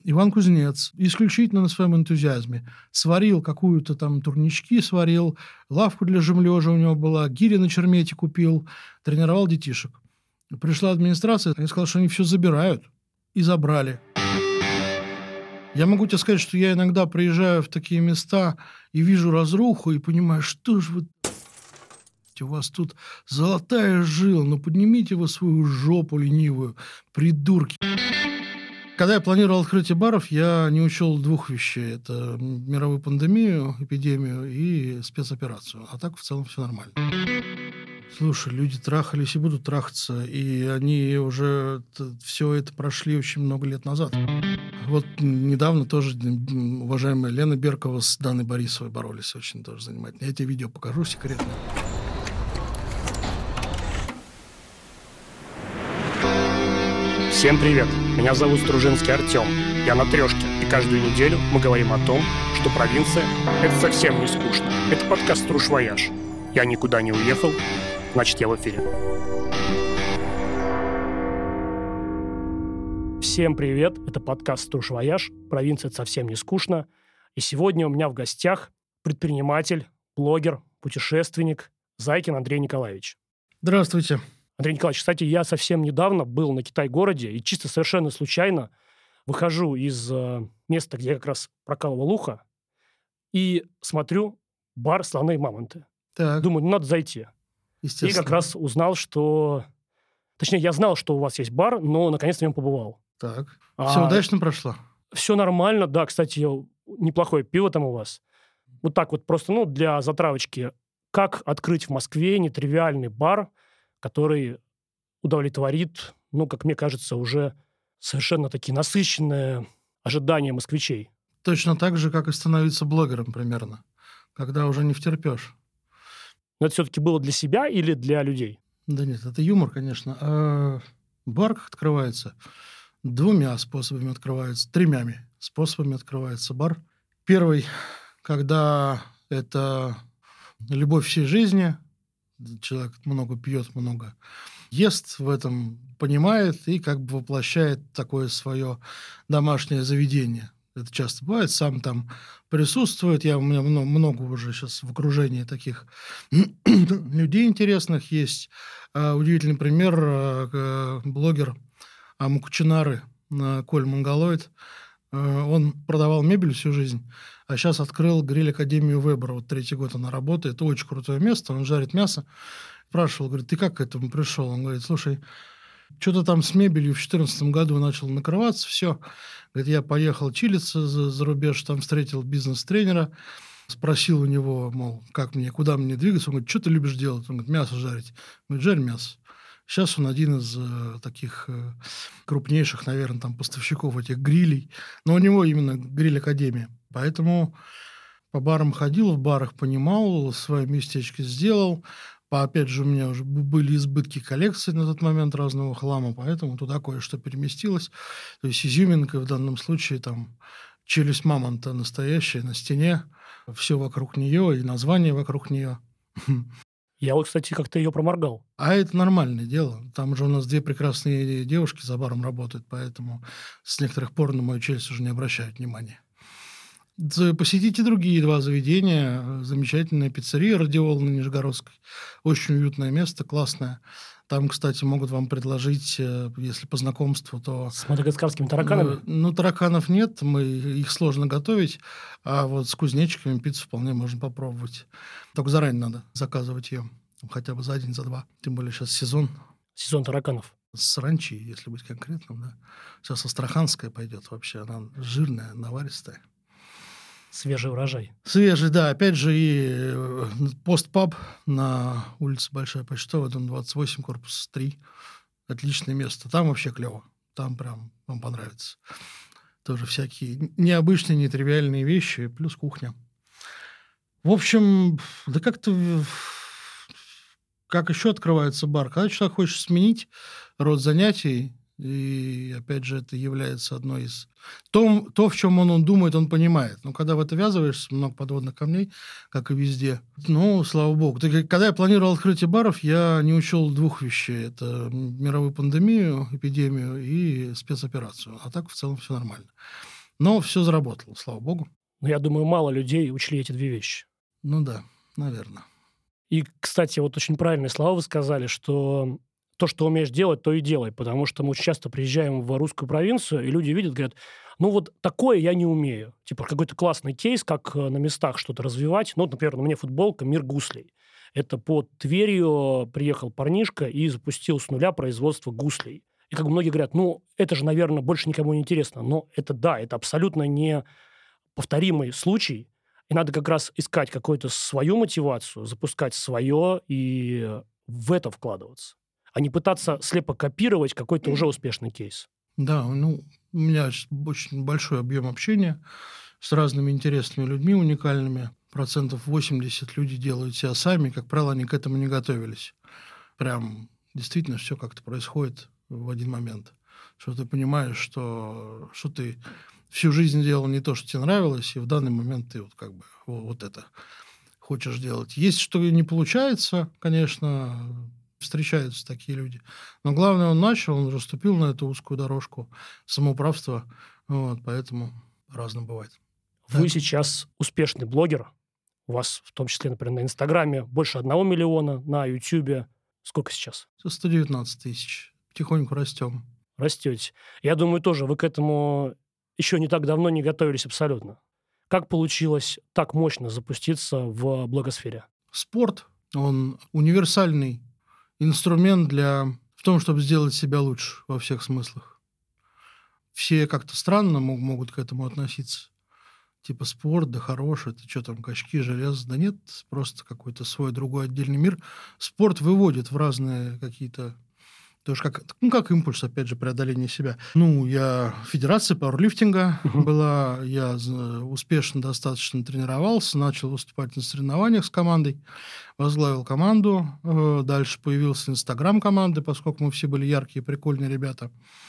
Иван Кузнец исключительно на своем энтузиазме сварил какую-то там турнички, сварил, лавку для жемлежа у него была, гири на чермете купил, тренировал детишек. Пришла администрация, они сказали, что они все забирают. И забрали. Я могу тебе сказать, что я иногда приезжаю в такие места и вижу разруху, и понимаю, что же вы... У вас тут золотая жила, ну поднимите вы свою жопу ленивую, придурки. Когда я планировал открытие баров, я не учел двух вещей. Это мировую пандемию, эпидемию и спецоперацию. А так в целом все нормально. Слушай, люди трахались и будут трахаться, и они уже все это прошли очень много лет назад. Вот недавно тоже уважаемая Лена Беркова с Даной Борисовой боролись очень тоже занимательно. Я тебе видео покажу секретно. Всем привет! Меня зовут Стружинский Артем. Я на трешке, и каждую неделю мы говорим о том, что провинция – это совсем не скучно. Это подкаст «Струж Вояж». Я никуда не уехал, значит, я в эфире. Всем привет! Это подкаст «Струж Вояж». Провинция – это совсем не скучно. И сегодня у меня в гостях предприниматель, блогер, путешественник Зайкин Андрей Николаевич. Здравствуйте. Андрей Николаевич, кстати, я совсем недавно был на Китай-городе и чисто совершенно случайно выхожу из места, где я как раз прокалывал ухо, и смотрю бар «Слоны и мамонты». Так. Думаю, надо зайти. И как раз узнал, что... Точнее, я знал, что у вас есть бар, но наконец-то в нем побывал. Так. Все удачно прошло? Все нормально, да. Кстати, неплохое пиво там у вас. Вот так вот просто, для затравочки. Как открыть в Москве нетривиальный бар, который удовлетворит, как мне кажется, уже совершенно такие насыщенные ожидания москвичей. Точно так же, как и становиться блогером примерно, когда уже не втерпешь. Но это все-таки было для себя или для людей? Да нет, это юмор, конечно. Бар открывается двумя способами открывается, тремя способами открывается бар. Первый, когда это любовь всей жизни, человек много пьет, много ест, в этом понимает и как бы воплощает такое свое домашнее заведение. Это часто бывает, сам там присутствует. У меня много уже сейчас в окружении таких людей интересных есть. Удивительный пример, блогер Мукчинары Коль Монголоид. Он продавал мебель всю жизнь, а сейчас открыл гриль-академию Вебера. Вот 3-й год она работает. Очень крутое место, он жарит мясо. Спрашивал, говорит, ты как к этому пришел? Он говорит, слушай, что-то там с мебелью в 2014 году начал накрываться, все. Говорит, я поехал чилиться за рубеж, там встретил бизнес-тренера, спросил у него, мол, куда мне двигаться. Он говорит, что ты любишь делать? Он говорит, мясо жарить. Он говорит, жарь мясо. Сейчас он один из таких крупнейших, наверное, там поставщиков этих грилей. Но у него именно гриль-академия. Поэтому по барам ходил, в барах понимал, свои местечки сделал. Опять же, у меня уже были избытки коллекций на тот момент разного хлама, поэтому туда кое-что переместилось. То есть изюминка в данном случае там челюсть мамонта настоящая на стене, все вокруг нее и название вокруг нее. Я вот, кстати, как-то ее проморгал. А это нормальное дело. Там же у нас 2 прекрасные девушки за баром работают, поэтому с некоторых пор на мою челюсть уже не обращают внимания. Посетите другие 2 заведения. Замечательная пиццерия «Радиол» на Нижегородской. Очень уютное место, классное. Там, кстати, могут вам предложить, если по знакомству, то... С мадагаскарскими тараканами? Тараканов нет, их сложно готовить, а вот с кузнечиками пиццу вполне можно попробовать. Только заранее надо заказывать ее, хотя бы за 1, за 2. Тем более сейчас сезон. Сезон тараканов. С саранчи, если быть конкретным, да. Сейчас астраханская пойдет вообще, она жирная, наваристая. Свежий урожай. Свежий, да. Опять же, и постпаб на улице Большая Почтовая, дом 28, корпус 3. Отличное место. Там вообще клево. Там прям вам понравится. Тоже всякие необычные, нетривиальные вещи, плюс кухня. В общем, да как-то... Как еще открывается бар? Когда человек хочет сменить род занятий, И, опять же, это является одной из... То, в чем он думает, он понимает. Но когда в это ввязываешься, много подводных камней, как и везде. Ну, слава богу. Когда я планировал открытие баров, я не учел двух вещей. Это мировую пандемию, эпидемию и спецоперацию. А так, в целом, все нормально. Но все заработало, слава богу. Но я думаю, мало людей учли эти две вещи. Ну да, наверное. И, кстати, вот очень правильные слова вы сказали, что то, что умеешь делать, то и делай. Потому что мы очень часто приезжаем в русскую провинцию, и люди видят, говорят, ну вот такое я не умею. Типа какой-то классный кейс, как на местах что-то развивать. Ну, вот, например, на мне футболка «Мир гуслей». Это под Тверью приехал парнишка и запустил с нуля производство гуслей. И как бы многие говорят, ну, это же, наверное, больше никому не интересно. Но это да, это абсолютно не повторимый случай. И надо как раз искать какую-то свою мотивацию, запускать свое и в это вкладываться, а не пытаться слепо копировать какой-то уже успешный кейс. Да, ну, у меня очень большой объем общения с разными интересными людьми, уникальными. 80% люди делают себя сами, как правило, они к этому не готовились. Прям действительно все как-то происходит в один момент. Что ты понимаешь, что ты всю жизнь делал не то, что тебе нравилось, и в данный момент ты вот как бы вот это хочешь делать. Есть, что не получается, конечно, встречаются такие люди. Но главное, он начал, он расступил на эту узкую дорожку самоуправства. Вот, поэтому по-разному бывает. Вы Да. сейчас успешный блогер. У вас, в том числе, например, на Инстаграме больше 1 миллиона, на Ютубе. Сколько сейчас? 119 тысяч. Потихоньку растем. Растете. Я думаю, тоже вы к этому еще не так давно не готовились абсолютно. Как получилось так мощно запуститься в блогосфере? Спорт, он универсальный инструмент в том, чтобы сделать себя лучше во всех смыслах. Все как-то странно могут к этому относиться. Типа спорт, да хорош, это что там, качки, железо. Да нет, просто какой-то свой другой отдельный мир. Спорт выводит в разные какие-то... Тоже как импульс, опять же, преодоления себя. Ну, я в федерации пауэрлифтинга была, я успешно достаточно тренировался, начал выступать на соревнованиях с командой, возглавил команду, дальше появился Инстаграм команды, поскольку мы все были яркие, прикольные ребята.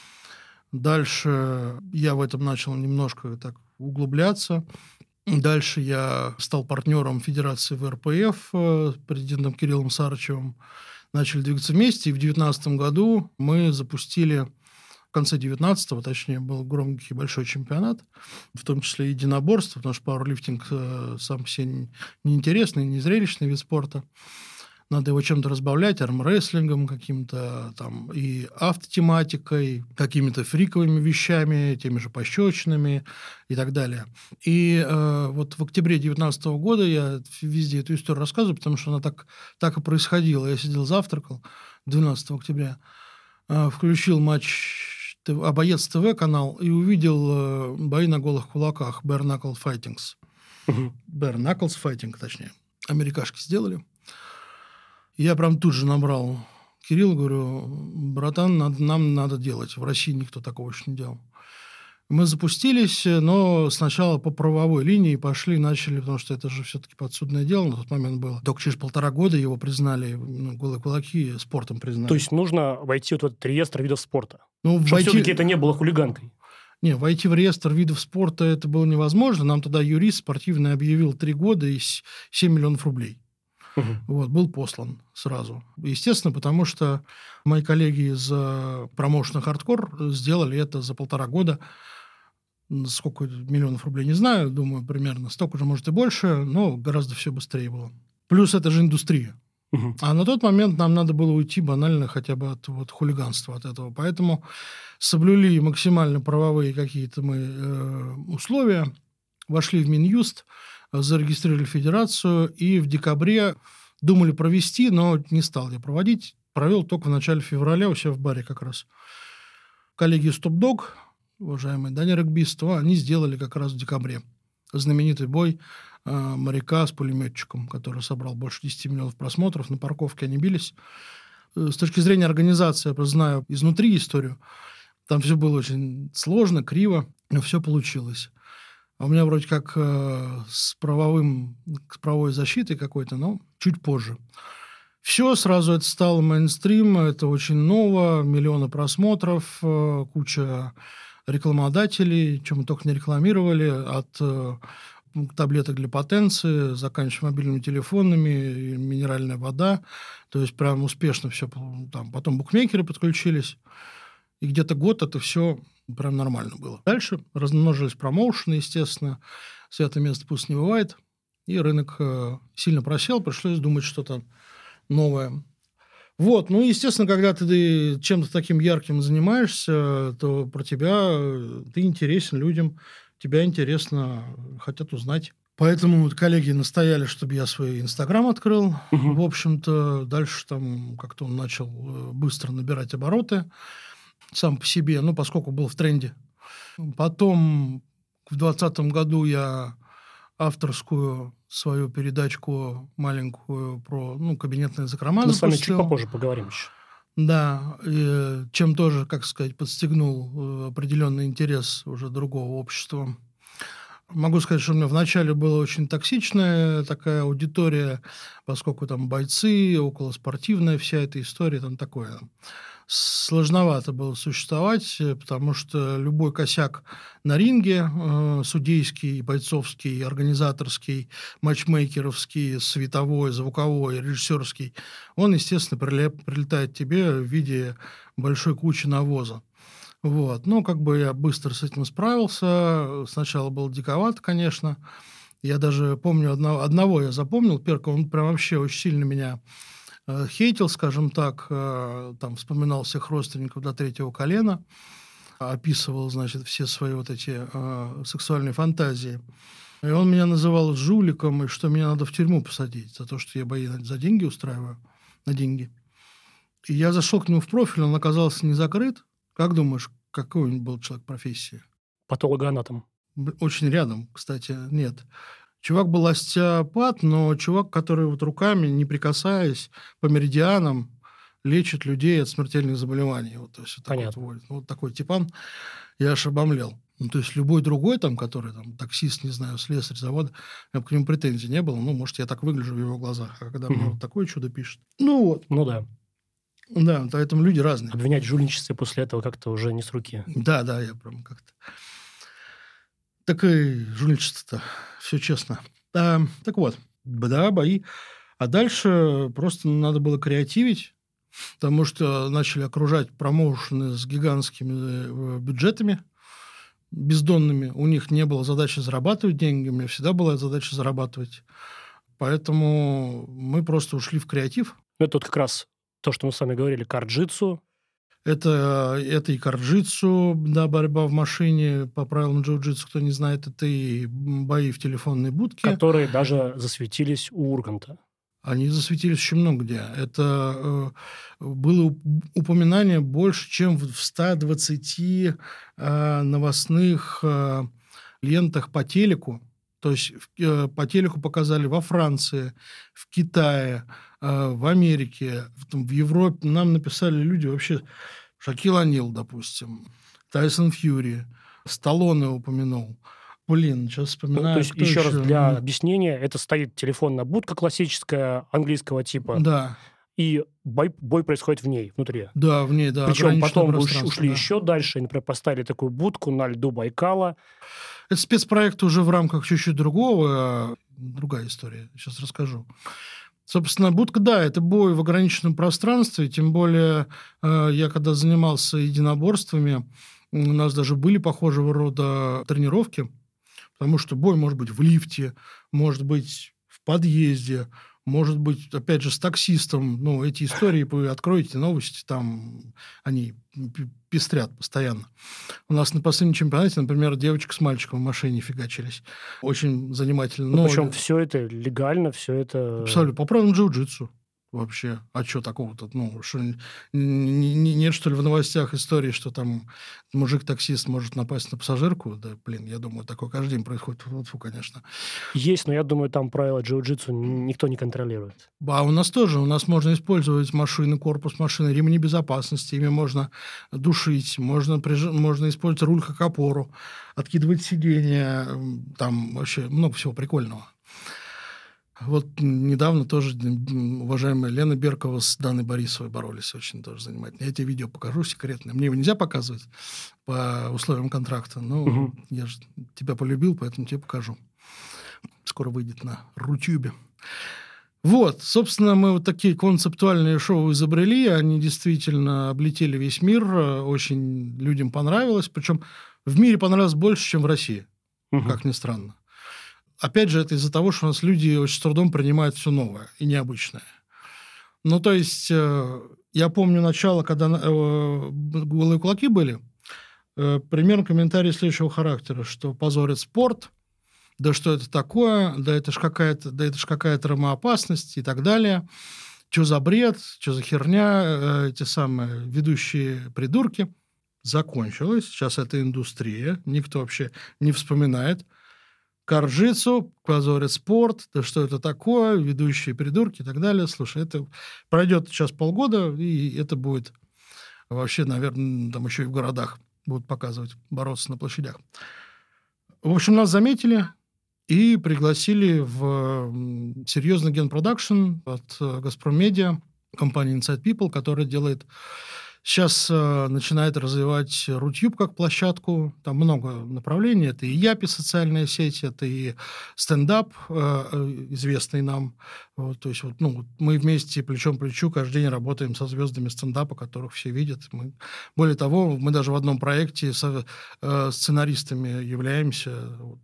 Дальше я в этом начал немножко так углубляться. Дальше я стал партнером Федерации ВРПФ, президентом Кириллом Сарычевым. Начали двигаться вместе, и в 2019 году мы запустили, в конце 2019-го, точнее, был громкий большой чемпионат, в том числе единоборство, потому что пауэрлифтинг сам по себе неинтересный, не зрелищный вид спорта. Надо его чем-то разбавлять, армрестлингом каким-то, там, и автотематикой, какими-то фриковыми вещами, теми же пощечинами и так далее. И вот в октябре 2019 года я везде эту историю рассказываю, потому что она так и происходила. Я сидел, завтракал 12 октября, включил матч Боец ТВ канал и увидел бои на голых кулаках, Bare Knuckle Fightings. Bare Knuckles Fighting, точнее. Америкашки сделали. Я прям тут же набрал Кирилла, говорю, братан, нам надо делать. В России никто такого еще не делал. Мы запустились, но сначала по правовой линии начали, потому что это же все-таки подсудное дело на тот момент было. Только через 1,5 года его признали, голые кулаки спортом признали. То есть нужно войти вот в этот реестр видов спорта? Ну, чтобы все-таки это не было хулиганкой? Не, войти в реестр видов спорта это было невозможно. Нам тогда юрист спортивный объявил 3 года и 7 миллионов рублей. Вот, был послан сразу. Естественно, потому что мои коллеги из промоушена «Хардкор» сделали это за 1,5 года. Сколько миллионов рублей, не знаю. Думаю, примерно столько же, может, и больше, но гораздо все быстрее было. Плюс это же индустрия. А на тот момент нам надо было уйти банально хотя бы от хулиганства от этого. Поэтому соблюли максимально правовые какие-то мы условия, вошли в Минюст, зарегистрировали федерацию, и в декабре думали провести, но не стал я проводить. Провел только в начале февраля у себя в баре как раз. Коллеги из Топ-Дог, уважаемые, да, не регбисты, они сделали как раз в декабре знаменитый бой моряка с пулеметчиком, который собрал больше 10 миллионов просмотров. На парковке они бились. С точки зрения организации, я просто знаю изнутри историю. Там все было очень сложно, криво, но все получилось. А у меня вроде как с правовой защитой какой-то, но чуть позже. Все, сразу это стало мейнстрим, это очень ново, миллионы просмотров, куча рекламодателей, чем мы только не рекламировали, от таблеток для потенции, заканчивая мобильными телефонами, и минеральная вода. То есть прям успешно все. Там. Потом букмекеры подключились. И где-то год это все прям нормально было. Дальше размножились промоушены, естественно. Святое место пусть не бывает. И рынок сильно просел, пришлось думать что-то новое. Вот, ну, естественно, когда ты чем-то таким ярким занимаешься, то про тебя ты интересен людям, тебя интересно, хотят узнать. Поэтому вот коллеги настояли, чтобы я свой Инстаграм открыл. Мгм. В общем-то, дальше там как-то он начал быстро набирать обороты сам по себе, ну, поскольку был в тренде. Потом в 2020 году я авторскую свою передачку маленькую про кабинетные закрома Мы с вами чуть запустил. попозже поговорим еще. Да, чем тоже, как сказать, подстегнул определенный интерес уже другого общества. Могу сказать, что у меня вначале была очень токсичная такая аудитория, поскольку там бойцы, околоспортивная вся эта история, там такое. Сложновато было существовать, потому что любой косяк на ринге, судейский, бойцовский, организаторский, матчмейкеровский, световой, звуковой, режиссерский, он, естественно, прилетает тебе в виде большой кучи навоза. Вот. Ну, как бы я быстро с этим справился. Сначала было диковато, конечно. Я даже помню, одного я запомнил, Перка, он прям вообще очень сильно меня хейтил, скажем так, там вспоминал всех родственников до третьего колена, описывал, значит, все свои вот эти сексуальные фантазии. И он меня называл жуликом, и что меня надо в тюрьму посадить за то, что я бои за деньги устраиваю, на деньги. И я зашел к нему в профиль, он оказался не закрыт. Как думаешь, какой он был человек профессии? Патологоанатом. Очень рядом, кстати, нет. Чувак был остеопат, но чувак, который вот руками, не прикасаясь, по меридианам лечит людей от смертельных заболеваний. Вот, то есть, вот так вот, Понятно. вот такой типан. Я аж обомлел. Ну, то есть любой другой, там, который там, таксист, не знаю, слесарь завода, у меня к нему претензий не было. Ну, может, я так выгляжу в его глазах. А когда мне Мгм. вот такое чудо пишет. Ну вот. Ну да. Да, поэтому люди разные. Обвинять в жульничестве после этого как-то уже не с руки. Да, да, я прям как-то... Так и жульничество-то, все честно. Так вот, да, бои. А дальше просто надо было креативить, потому что начали окружать промоушены с гигантскими бюджетами бездонными. У них не было задачи зарабатывать деньги, у меня всегда была задача зарабатывать. Поэтому мы просто ушли в креатив. Ну, это вот как раз то, что мы с вами говорили, карджитсу. Это и карджитсу, да, борьба в машине по правилам джиу-джитсу, кто не знает, это и бои в телефонной будке. Которые даже засветились у Урганта. Они засветились очень много где. Это было упоминание больше, чем в 120 новостных лентах по телеку. То есть по телеку показали во Франции, в Китае, в Америке, в Европе. Нам написали люди вообще... Шакил О'Нил, допустим, Тайсон Фьюри, Сталлоне упомянул. Блин, сейчас Ну, то вспоминаю, есть, кто еще раз для еще. объяснения, это стоит телефонная будка классическая, английского типа, Да, и бой происходит в ней, внутри. да, в ней, да, Причем ограниченное потом вы пространство, ушли да. еще дальше, и, например, поставили такую будку на льду Байкала. Это спецпроект уже в рамках чуть-чуть другого, другая история, сейчас расскажу. Собственно, будка, да, это бой в ограниченном пространстве, тем более я когда занимался единоборствами, у нас даже были похожего рода тренировки, потому что бой может быть в лифте, может быть в подъезде, может быть, опять же, с таксистом. Ну, эти истории, вы откроете новости, там они пестрят постоянно. У нас на последнем чемпионате, например, девочка с мальчиком в машине фигачились. Очень занимательно. Ну, Но причем все это легально, все это... абсолютно по правилам джиу-джитсу вообще. А что такого-то? Ну, что, нет, что ли, в новостях истории, что там мужик-таксист может напасть на пассажирку? Да, блин, я думаю, такое каждый день происходит. Фу, конечно. Есть, но я думаю, там правила джиу-джитсу никто не контролирует. А у нас тоже. У нас можно использовать машины, корпус машины, ремни безопасности. Ими можно душить, можно использовать руль как опору, откидывать сиденья. Там вообще много всего прикольного. Вот недавно тоже уважаемая Лена Беркова с Даной Борисовой боролись очень тоже занимательно. Я тебе видео покажу секретное. Мне его нельзя показывать по условиям контракта, но я же тебя полюбил, поэтому тебе покажу. Скоро выйдет на Рутюбе. Вот, собственно, мы вот такие концептуальные шоу изобрели, они действительно облетели весь мир, очень людям понравилось, причем в мире понравилось больше, чем в России, как ни странно. Опять же, это из-за того, что у нас люди очень с трудом принимают все новое и необычное. Ну, то есть, я помню начало, когда «Голые кулаки» были, примерно комментарий следующего характера, что позорит спорт, да что это такое, да это ж какая-то ромоопасность и так далее. Что за бред, что за херня, эти самые ведущие придурки. Закончилось. Сейчас это индустрия, никто вообще не вспоминает. Карджицу, позорит спорт, да что это такое, ведущие придурки и так далее. Слушай, это пройдет сейчас полгода, и это будет вообще, наверное, там еще и в городах будут показывать, бороться на площадях. В общем, нас заметили и пригласили в серьезный генпродакшн от «Газпром Медиа», компании Inside People, которая делает... Сейчас начинает развивать Рутюб как площадку. Там много направлений. Это и Япи, социальная сеть, это и стендап, известный нам. Вот, то есть вот, мы вместе плечом к плечу каждый день работаем со звездами стендапа, которых все видят. Более того, мы даже в одном проекте сценаристами являемся. Вот,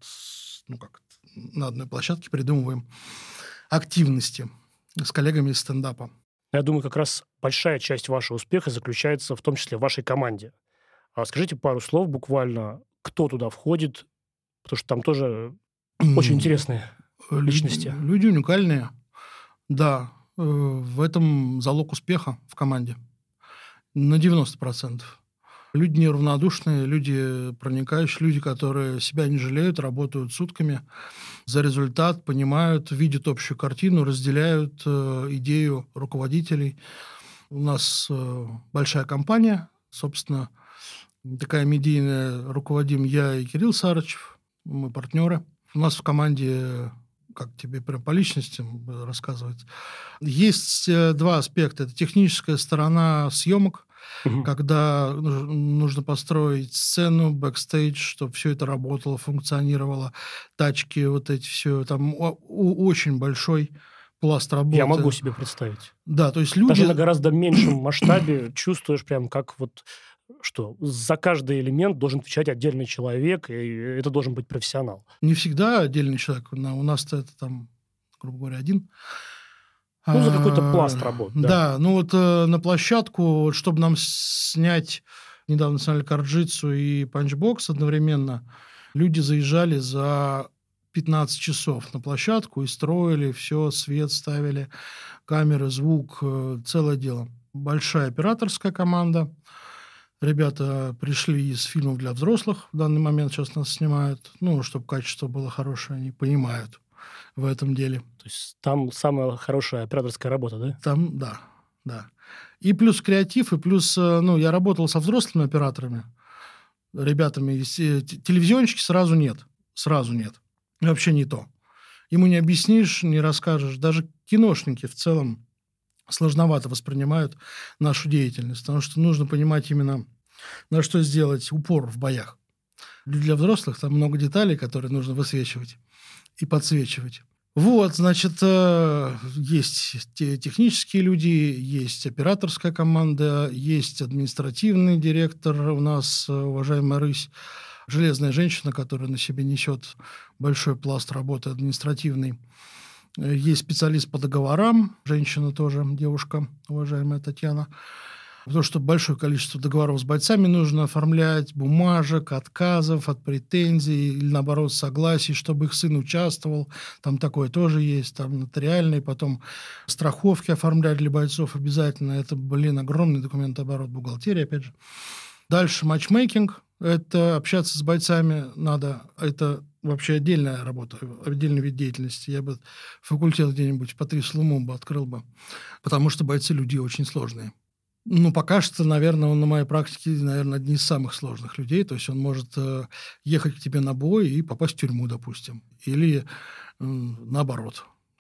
на одной площадке придумываем активности с коллегами из стендапа. Я думаю, как раз большая часть вашего успеха заключается в том числе в вашей команде. Скажите пару слов буквально, кто туда входит, потому что там тоже очень интересные личности. Люди уникальные. Да, в этом залог успеха в команде. На 90%. Люди неравнодушные, люди проникающие, люди, которые себя не жалеют, работают сутками за результат, понимают, видят общую картину, разделяют идею руководителей. У нас большая компания, собственно, такая медийная, руководим я и Кирилл Сарычев, мы партнеры. У нас в команде, как тебе прям по личностям рассказывать, есть два аспекта. Это техническая сторона съемок, когда нужно построить сцену, бэкстейдж, чтобы все это работало, функционировало, тачки, вот эти все. Там очень большой пласт работы. Я могу себе представить. Да, то есть люди... Даже на гораздо меньшем масштабе чувствуешь прям как вот, что за каждый элемент должен отвечать отдельный человек, и это должен быть профессионал. Не всегда отдельный человек. У нас-то это там, грубо говоря, один. За какой-то пласт работ. Да, на площадку, чтобы нам снять, недавно сняли Карджицу и Панчбокс одновременно, люди заезжали за 15 часов на площадку и строили все, свет ставили, камеры, звук, целое дело. Большая операторская команда. Ребята пришли из фильмов для взрослых, в данный момент сейчас нас снимают, чтобы качество было хорошее, они понимают в этом деле. То есть там самая хорошая операторская работа, да? Там, да. И плюс креатив, и плюс, я работал со взрослыми операторами, ребятами, телевизионщики сразу нет. Вообще не то. Ему не объяснишь, не расскажешь. Даже киношники в целом сложновато воспринимают нашу деятельность, потому что нужно понимать именно, на что сделать упор в боях. Для взрослых там много деталей, которые нужно высвечивать и подсвечивать. Вот, значит, есть технические люди, есть операторская команда, есть административный директор у нас, уважаемая Рысь, железная женщина, которая на себе несет большой пласт работы административной. Есть специалист по договорам, женщина тоже, девушка, уважаемая Татьяна. Потому что большое количество договоров с бойцами нужно оформлять, бумажек, отказов от претензий или, наоборот, согласий, чтобы их сын участвовал. Там такое тоже есть, там нотариальные, потом страховки оформлять для бойцов обязательно. Это, огромный документооборот, бухгалтерия, опять же. Дальше матчмейкинг. Это общаться с бойцами надо. Это вообще отдельная работа, отдельный вид деятельности. Я бы факультет где-нибудь по 3 Луму бы открыл бы. Потому что бойцы люди очень сложные. Пока что, наверное, он на моей практике, один из самых сложных людей. То есть он может ехать к тебе на бой и попасть в тюрьму, допустим. Или наоборот,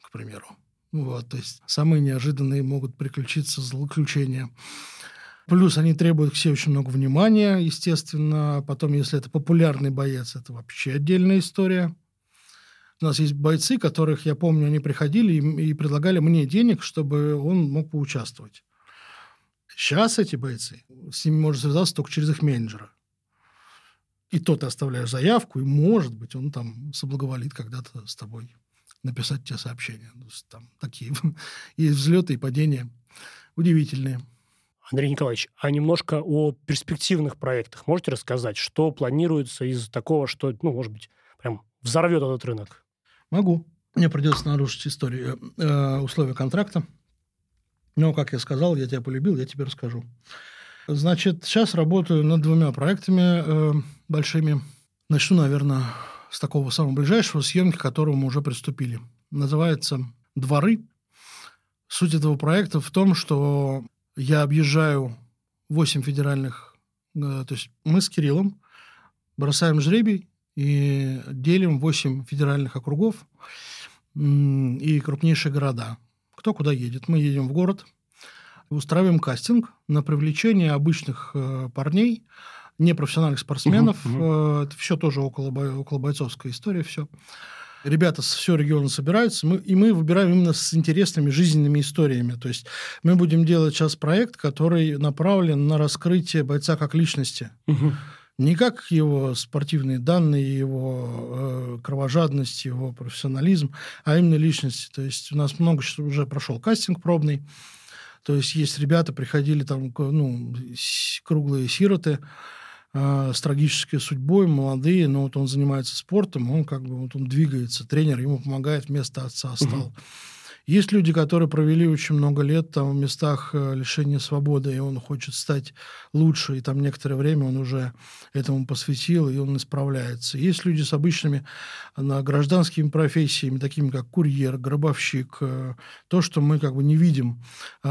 к примеру. Вот, то есть самые неожиданные могут приключиться злоключения. Плюс они требуют к себе очень много внимания, естественно. Потом, если это популярный боец, это вообще отдельная история. У нас есть бойцы, которых, я помню, они приходили и предлагали мне денег, чтобы он мог поучаствовать. Сейчас эти бойцы, с ними можно связаться только через их менеджера. И то ты оставляешь заявку, и, может быть, он там соблаговолит когда-то с тобой написать тебе сообщение. То есть, там такие есть взлеты и падения удивительные. Андрей Николаевич, а немножко о перспективных проектах можете рассказать? Что планируется из такого, что, может быть, прям взорвет этот рынок? Могу. Мне придется нарушить условия контракта. Но, как я сказал, я тебя полюбил, я тебе расскажу. Значит, сейчас работаю над 2 проектами большими. Начну, наверное, с такого самого ближайшего, съемки которого мы уже приступили. Называется «Дворы». Суть этого проекта в том, что я объезжаю 8 федеральных... То есть мы с Кириллом бросаем жребий и делим 8 федеральных округов и крупнейшие города. Кто куда едет. Мы едем в город, устраиваем кастинг на привлечение обычных парней, непрофессиональных спортсменов. Это все тоже около бойцовская история, все. Ребята с всего региона собираются, и мы выбираем именно с интересными жизненными историями. То есть мы будем делать сейчас проект, который направлен на раскрытие бойца как личности. Не как его спортивные данные, его кровожадность, его профессионализм, а именно личности. То есть у нас много сейчас уже прошел кастинг пробный. То есть ребята, приходили там, круглые сироты, с трагической судьбой, молодые, но вот он занимается спортом, он он двигается, тренер ему помогает, вместо отца стал. Есть люди, которые провели очень много лет там, в местах лишения свободы, и он хочет стать лучше, и там некоторое время он уже этому посвятил, и он исправляется. Есть люди с обычными гражданскими профессиями, такими как курьер, гробовщик, то, что мы не видим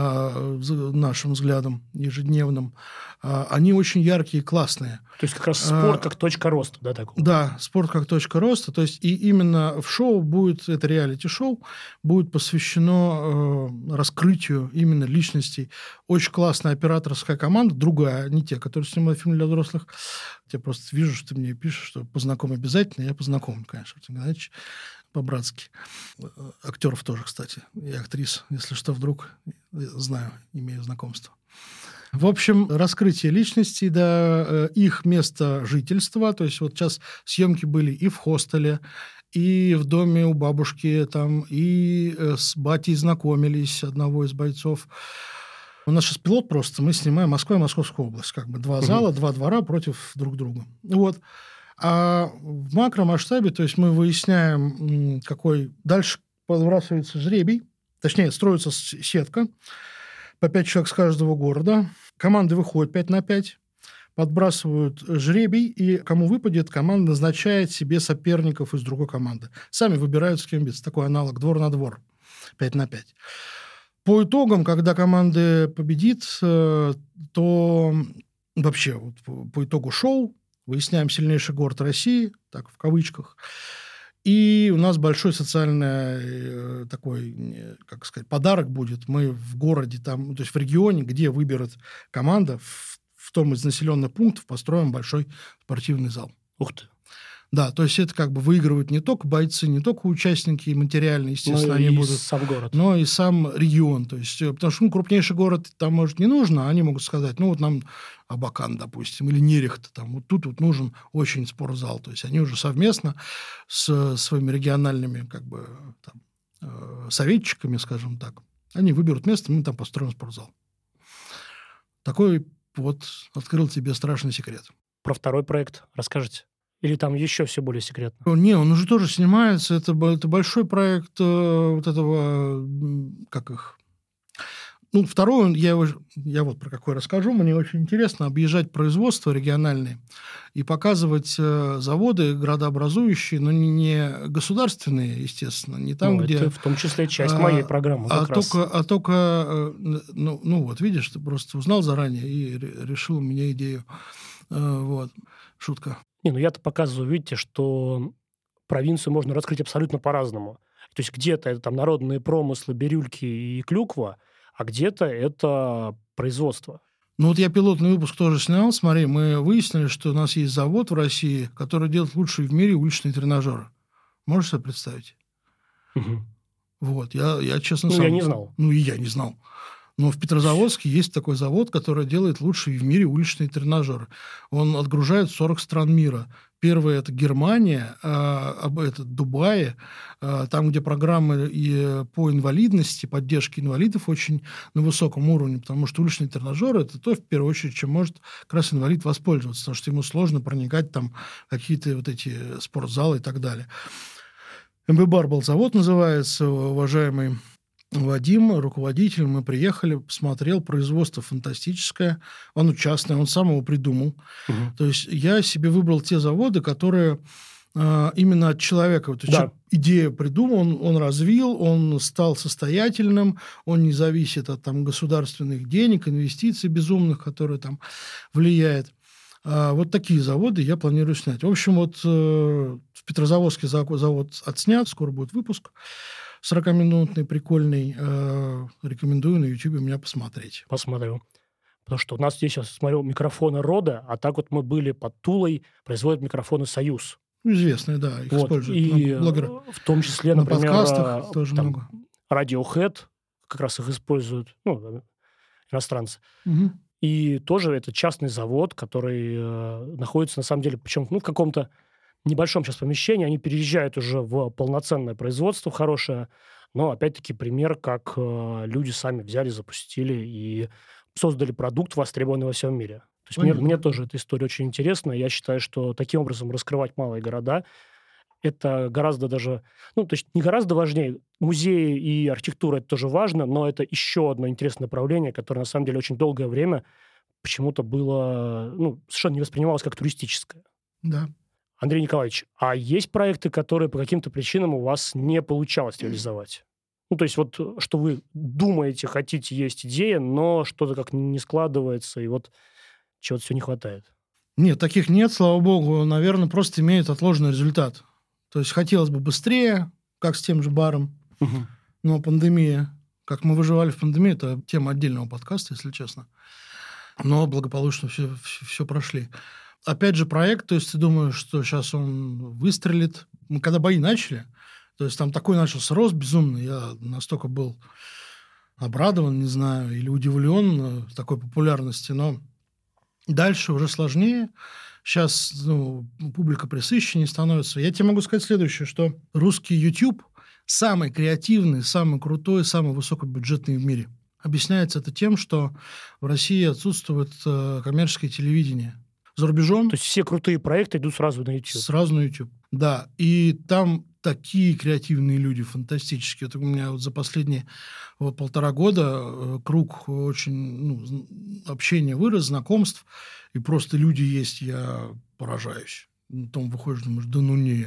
нашим взглядом ежедневным. Они очень яркие и классные. То есть как раз спорт как точка роста, да, такого? Да, спорт как точка роста. То есть и именно в шоу будет, это реалити-шоу, будет посвящено раскрытию именно личностей. Очень классная операторская команда, другая, не те, которые снимают фильм для взрослых. Я просто вижу, что ты мне пишешь, что познакомь обязательно. Я познакомлю, конечно, иначе по-братски. Актеров тоже, кстати, и актрис, если что, вдруг знаю, имею знакомство. В общем, раскрытие личности, да, их место жительства. То есть вот сейчас съемки были и в хостеле, и в доме у бабушки, там, и с батей знакомились, одного из бойцов. У нас сейчас пилот просто. Мы снимаем Москва и Московская область. 2 зала, 2 двора против друг друга. Вот. А в макромасштабе, то есть мы выясняем, какой... Дальше подбрасывается жребий. Точнее, строится сетка. По 5 человек с каждого города. Команды выходят 5 на 5, подбрасывают жребий, и кому выпадет, команда назначает себе соперников из другой команды. Сами выбирают, с кем биться. Такой аналог двор на двор. 5 на 5. По итогам, когда команда победит, то вообще по итогу шоу выясняем сильнейший город России, так в кавычках. И у нас большой социальный такой, подарок будет. Мы в городе, там, то есть в регионе, где выберет команда, в том из населенных пунктов построим большой спортивный зал. Ух ты. Да, то есть это выигрывают не только бойцы, не только участники материально, естественно, они будут, сам город. но и сам регион. То есть, потому что крупнейший город там, может, не нужно, они могут сказать, нам Абакан, допустим, или Нерехта, там, вот тут нужен очень спортзал. То есть они уже совместно с своими региональными советчиками, скажем так, они выберут место, мы там построим спортзал. Такой открыл тебе страшный секрет. Про второй проект расскажете? Или там еще все более секретно? Не, он уже тоже снимается. Это большой проект второй, я вот про какой расскажу. Мне очень интересно объезжать производства региональные и показывать заводы градообразующие, но не государственные, естественно, не там, где... Это в том числе часть моей программы как раз. Видишь, ты просто узнал заранее и решил у меня идею. Шутка. Я-то показываю, видите, что провинцию можно раскрыть абсолютно по-разному. То есть где-то это там народные промыслы, бирюльки и клюква, а где-то это производство. Ну вот я пилотный выпуск тоже снял. Смотри, мы выяснили, что у нас есть завод в России, который делает лучшие в мире уличные тренажеры. Можешь себе представить? Мгм. Вот, я честно Я не знал. Ну, и я не знал. Но в Петрозаводске есть такой завод, который делает лучшие в мире уличные тренажеры. Он отгружает 40 стран мира. Первое – это Германия, это Дубай, там, где программы и по инвалидности, поддержки инвалидов очень на высоком уровне, потому что уличные тренажеры – это то, в первую очередь, чем может как раз инвалид воспользоваться, потому что ему сложно проникать там в какие-то вот эти спортзалы и так далее. МБ Барбал завод называется, уважаемый Вадим, руководитель, мы приехали, посмотрел, производство фантастическое, оно частное, он сам его придумал. Мгм. То есть я себе выбрал те заводы, которые именно от человека. Вот Да. человек идею придумал, он развил, он стал состоятельным, он не зависит от там, государственных денег, инвестиций безумных, которые там влияют. Вот такие заводы я планирую снять. В общем, вот в Петрозаводске завод отснят, скоро будет выпуск 40-минутный, прикольный. Рекомендую на YouTube меня посмотреть. Посмотрю. Потому что у нас здесь, я смотрю, микрофоны Рода, а так вот мы были под Тулой, производят микрофоны Союз. Ну, известные, да, их Вот. используют И много блогеров. в том числе, На например, подкастах тоже там, много. Radiohead, как раз их используют, иностранцы. Мгм. И тоже это частный завод, который находится, на самом деле, причем в каком-то небольшом сейчас помещении. Они переезжают уже в полноценное производство хорошее. Но, опять-таки, пример, как люди сами взяли, запустили и создали продукт, востребованный во всем мире. То есть мне Понятно. тоже эта история очень интересна. Я считаю, что таким образом раскрывать малые города – это гораздо даже, то есть не гораздо важнее. Музеи и архитектура – это тоже важно, но это еще одно интересное направление, которое, на самом деле, очень долгое время почему-то было, совершенно не воспринималось как туристическое. Да. Андрей Николаевич, а есть проекты, которые по каким-то причинам у вас не получалось реализовать? То есть вот что вы думаете, хотите, есть идея, но что-то как не складывается, и вот чего-то все не хватает. Нет, таких нет, слава богу. Наверное, просто имеют отложенный результат. То есть хотелось бы быстрее, как с тем же баром, Мгм. но пандемия, как мы выживали в пандемии, это тема отдельного подкаста, если честно. Но благополучно все прошли. Опять же, проект, то есть ты думаешь, что сейчас он выстрелит. Мы когда бои начали, то есть там такой начался рост безумный, я настолько был обрадован, не знаю, или удивлен такой популярности, но дальше уже сложнее. Сейчас публика пресыщеннее становится. Я тебе могу сказать следующее, что русский YouTube самый креативный, самый крутой, самый высокобюджетный в мире. Объясняется это тем, что в России отсутствует коммерческое телевидение. За рубежом То есть все крутые проекты идут сразу на YouTube. сразу на YouTube. Да, и там такие креативные люди, фантастические. Вот у меня вот за последние 1,5 года круг очень, общения вырос, знакомств, и просто люди есть, я поражаюсь. Потом выходишь, думаешь, да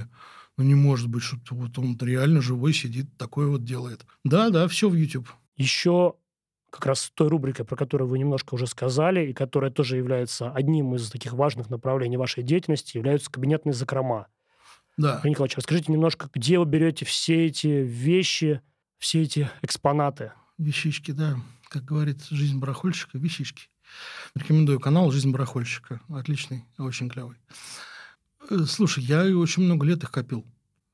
не может быть, что вот он реально живой сидит, такое вот делает. Да, все в YouTube. Еще как раз той рубрикой, про которую вы немножко уже сказали, и которая тоже является одним из таких важных направлений вашей деятельности, являются кабинетные закрома. Да. Андрей Николаевич, расскажите немножко, где вы берете все эти вещи, все эти экспонаты? Вещички, да. Как говорит жизнь барахольщика, вещички. Рекомендую канал «Жизнь барахольщика». Отличный, очень клевый. Слушай, я очень много лет их копил.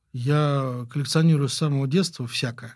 Я коллекционирую с самого детства всякое.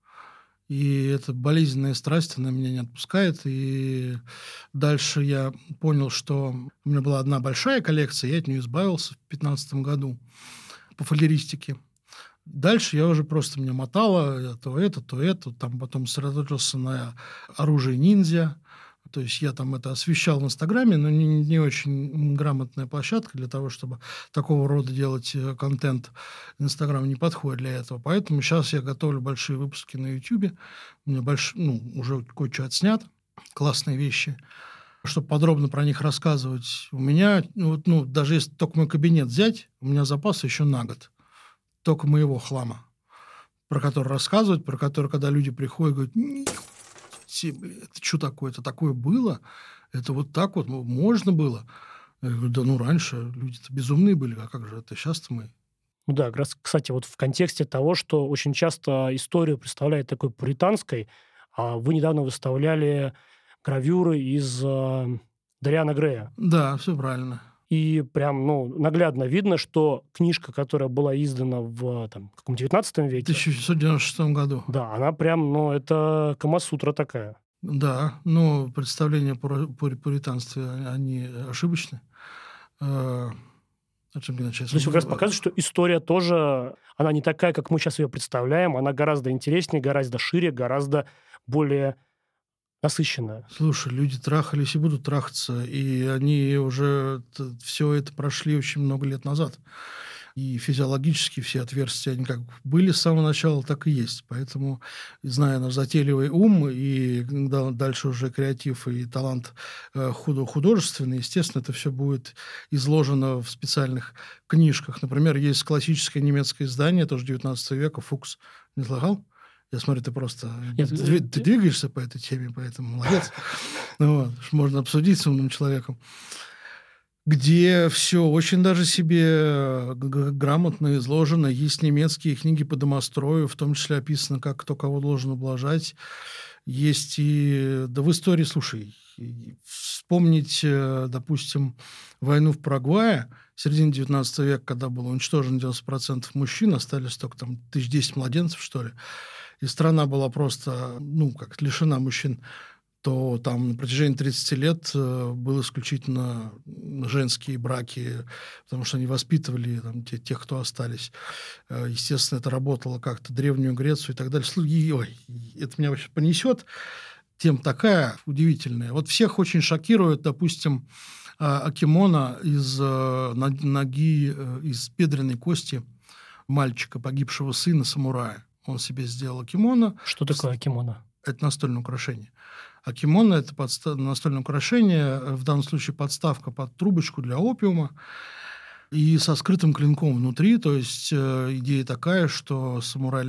И эта болезненная страсть, она меня не отпускает. И дальше я понял, что у меня была одна большая коллекция, я от нее избавился в 2015 году по фалеристике. Дальше я уже просто меня мотало, то это. Там потом сосредоточился на оружии ниндзя. То есть я там это освещал в Инстаграме, но не очень грамотная площадка для того, чтобы такого рода делать контент. Инстаграм не подходит для этого. Поэтому сейчас я готовлю большие выпуски на Ютубе. У меня уже кое-что отснят. Классные вещи. Чтобы подробно про них рассказывать. У меня, даже если только мой кабинет взять, у меня запасы еще на год. Только моего хлама. Про который рассказывать, про который, когда люди приходят, говорят, это что такое? Это такое было? Это вот так вот можно было? Я говорю, да раньше люди-то безумные были, а как же это? Сейчас-то мы Ну да, как раз, кстати, вот в контексте того, что очень часто историю представляют такой пуританской, а вы недавно выставляли гравюры из Дариана Грея. Да, все правильно. И прям, наглядно видно, что книжка, которая была издана в каком 19 В веке, 1796 году. да, она прям, это Камасутра такая. Да, но представления о пуританстве, они ошибочны. О чем мне начать? То есть вы как раз показываете, что история тоже, она не такая, как мы сейчас ее представляем, она гораздо интереснее, гораздо шире, гораздо более насыщенная. Слушай, люди трахались и будут трахаться, и они уже все это прошли очень много лет назад. И физиологически все отверстия, они как были с самого начала, так и есть. Поэтому, зная наш затейливый ум и дальше уже креатив и талант художественный, естественно, это все будет изложено в специальных книжках. Например, есть классическое немецкое издание, тоже 19 века, «Фукс». Не слыхал? Я смотрю, ты просто Нет, ты двигаешься по этой теме, поэтому молодец. Вот, можно обсудить с умным человеком. Где все очень даже себе грамотно изложено. Есть немецкие книги по домострою, в том числе описано, как кто кого должен ублажать. Есть и... Да в истории, слушай, вспомнить, допустим, войну в Парагвае в середине 19 века, когда было уничтожено 90% мужчин, остались только там 1010 младенцев, что ли, и страна была просто, как лишена мужчин, то там на протяжении 30 лет был исключительно женские браки, потому что они воспитывали там, тех, кто остались. Естественно, это работало как-то Древнюю Грецию и так далее. Это меня вообще понесет. Тема такая удивительная. Вот всех очень шокирует, допустим, кимоно из ноги, из бедренной кости мальчика, погибшего сына самурая. Он себе сделал кимоно. Что такое кимоно? Это настольное украшение. А кимоно – это настольное украшение, в данном случае подставка под трубочку для опиума и со скрытым клинком внутри. То есть идея такая, что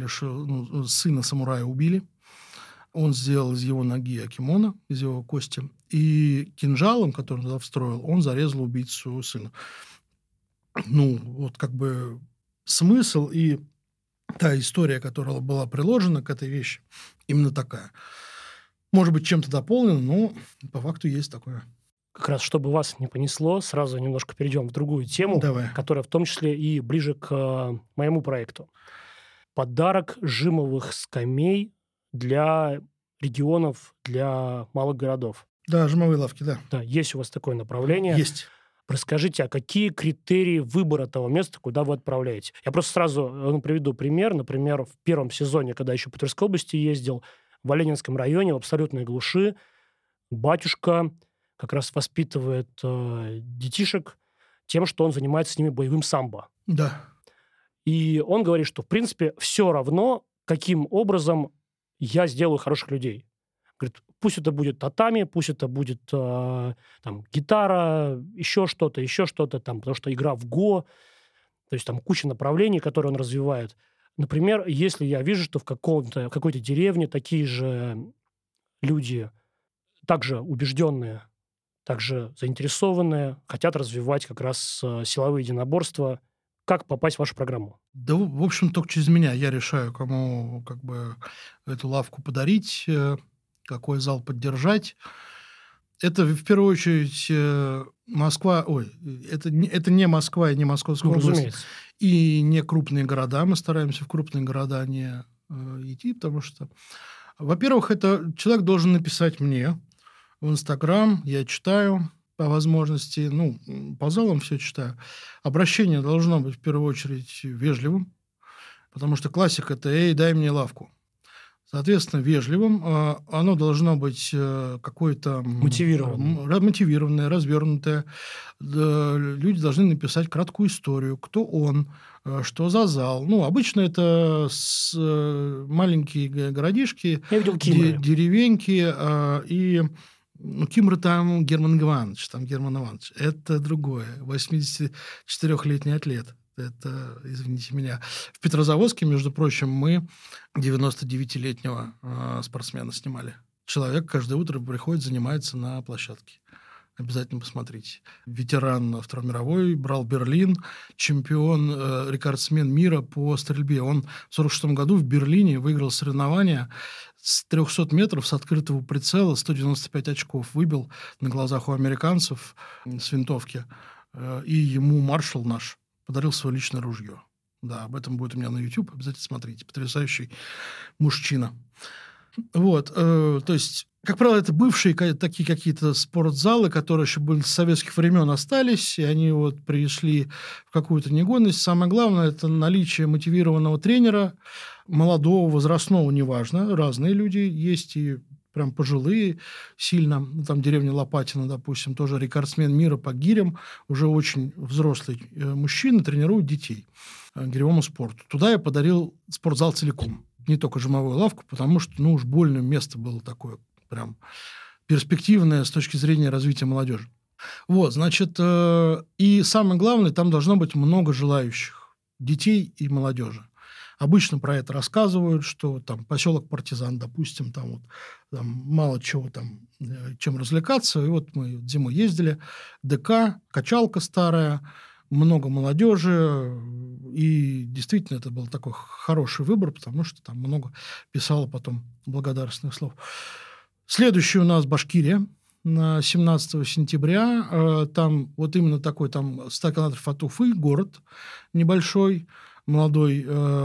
сына самурая убили. Он сделал из его ноги кимоно, из его кости. И кинжалом, который он туда встроил, он зарезал убийцу сына. Вот как бы смысл и та история, которая была приложена к этой вещи, именно такая. Может быть, чем-то дополнено, но по факту есть такое. Как раз, чтобы вас не понесло, сразу немножко перейдем в другую тему, Давай. которая в том числе и ближе к моему проекту. Подарок жимовых скамей для регионов, для малых городов. Да, жимовые лавки, да. Да, есть у вас такое направление. Есть. Расскажите, а какие критерии выбора того места, куда вы отправляете? Я просто сразу приведу пример. Например, в первом сезоне, когда еще по Тверской области ездил, в Оленинском районе, в абсолютной глуши, батюшка как раз воспитывает детишек тем, что он занимается с ними боевым самбо. Да. И он говорит, что, в принципе, все равно, каким образом я сделаю хороших людей. Говорит, пусть это будет татами, пусть это будет гитара, еще что-то, потому что игра в го, то есть там куча направлений, которые он развивает. Например, если я вижу, что в какой-то деревне такие же люди, также убежденные, также заинтересованные, хотят развивать как раз силовые единоборства, как попасть в вашу программу? Да, в общем, только через меня я решаю, кому эту лавку подарить, какой зал поддержать. Это в первую очередь Москва, это не Москва и не Московская область, разумеется. и не крупные города. Мы стараемся в крупные города не идти, потому что, во-первых, это человек должен написать мне в Инстаграм, я читаю по возможности, по залам все читаю. Обращение должно быть в первую очередь вежливым, потому что классика – это «Эй, дай мне лавку». Соответственно, вежливым. Оно должно быть какое-то... мотивированное, развернутое. Люди должны написать краткую историю, кто он, что за зал. Обычно это маленькие городишки, Я видел Кимры. деревеньки. И Кимры там Герман Иванович. Это другое. 84-летний атлет. Это, извините меня. В Петрозаводске, между прочим, мы 99-летнего спортсмена снимали. Человек каждое утро приходит, занимается на площадке. Обязательно посмотрите. Ветеран Второй мировой, брал Берлин, чемпион, рекордсмен мира по стрельбе. Он в 1946 году в Берлине выиграл соревнования с 300 метров с открытого прицела, 195 очков выбил на глазах у американцев с винтовки. И ему маршал наш подарил свое личное ружье. Да, об этом будет у меня на YouTube. Обязательно смотрите. Потрясающий мужчина. Вот. То есть, как правило, это бывшие такие какие-то спортзалы, которые еще были с советских времен остались, и они вот пришли в какую-то негодность. Самое главное – это наличие мотивированного тренера, молодого, возрастного, неважно. Разные люди есть и прям пожилые сильно. Там деревня Лопатино, допустим, тоже рекордсмен мира по гирям, уже очень взрослый мужчина, тренирует детей гиревому спорту. Туда я подарил спортзал целиком. Не только жимовую лавку, потому что, уж больное место было такое прям перспективное с точки зрения развития молодежи. Вот, значит, и самое главное, там должно быть много желающих детей и молодежи. Обычно про это рассказывают, что там поселок Партизан, допустим, там мало чего там, чем развлекаться. И вот мы зимой ездили, ДК, качалка старая, много молодежи, и действительно это был такой хороший выбор, потому что там много писало потом благодарственных слов. Следующий у нас Башкирия. На 17 сентября. Там вот именно такой, там 100 километров от Уфы, город небольшой, молодой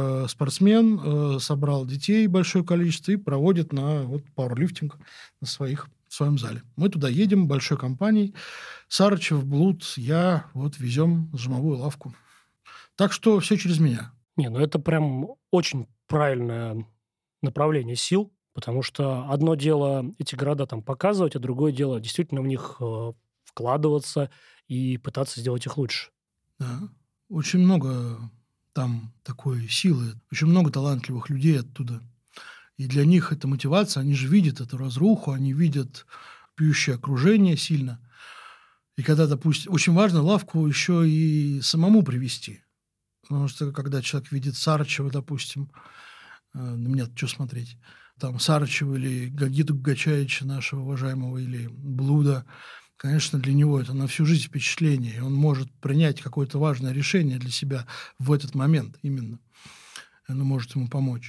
спортсмен, собрал детей большое количество и проводит на пауэрлифтинг в своем зале. Мы туда едем большой компанией. Сарычев, Блуд, я, везем жимовую лавку. Так что все через меня. Это прям очень правильное направление сил, потому что одно дело эти города там показывать, а другое дело действительно в них вкладываться и пытаться сделать их лучше. Да. Очень много там такой силы, очень много талантливых людей оттуда. И для них это мотивация, они же видят эту разруху, они видят пьющее окружение сильно. И когда, допустим, очень важно лавку еще и самому привести. Потому что когда человек видит Сарычева, допустим, на меня что смотреть, там Сарычева или Гагиту Гачаевича нашего уважаемого, или Блуда, конечно, для него это на всю жизнь впечатление. И он может принять какое-то важное решение для себя в этот момент именно. Оно может ему помочь.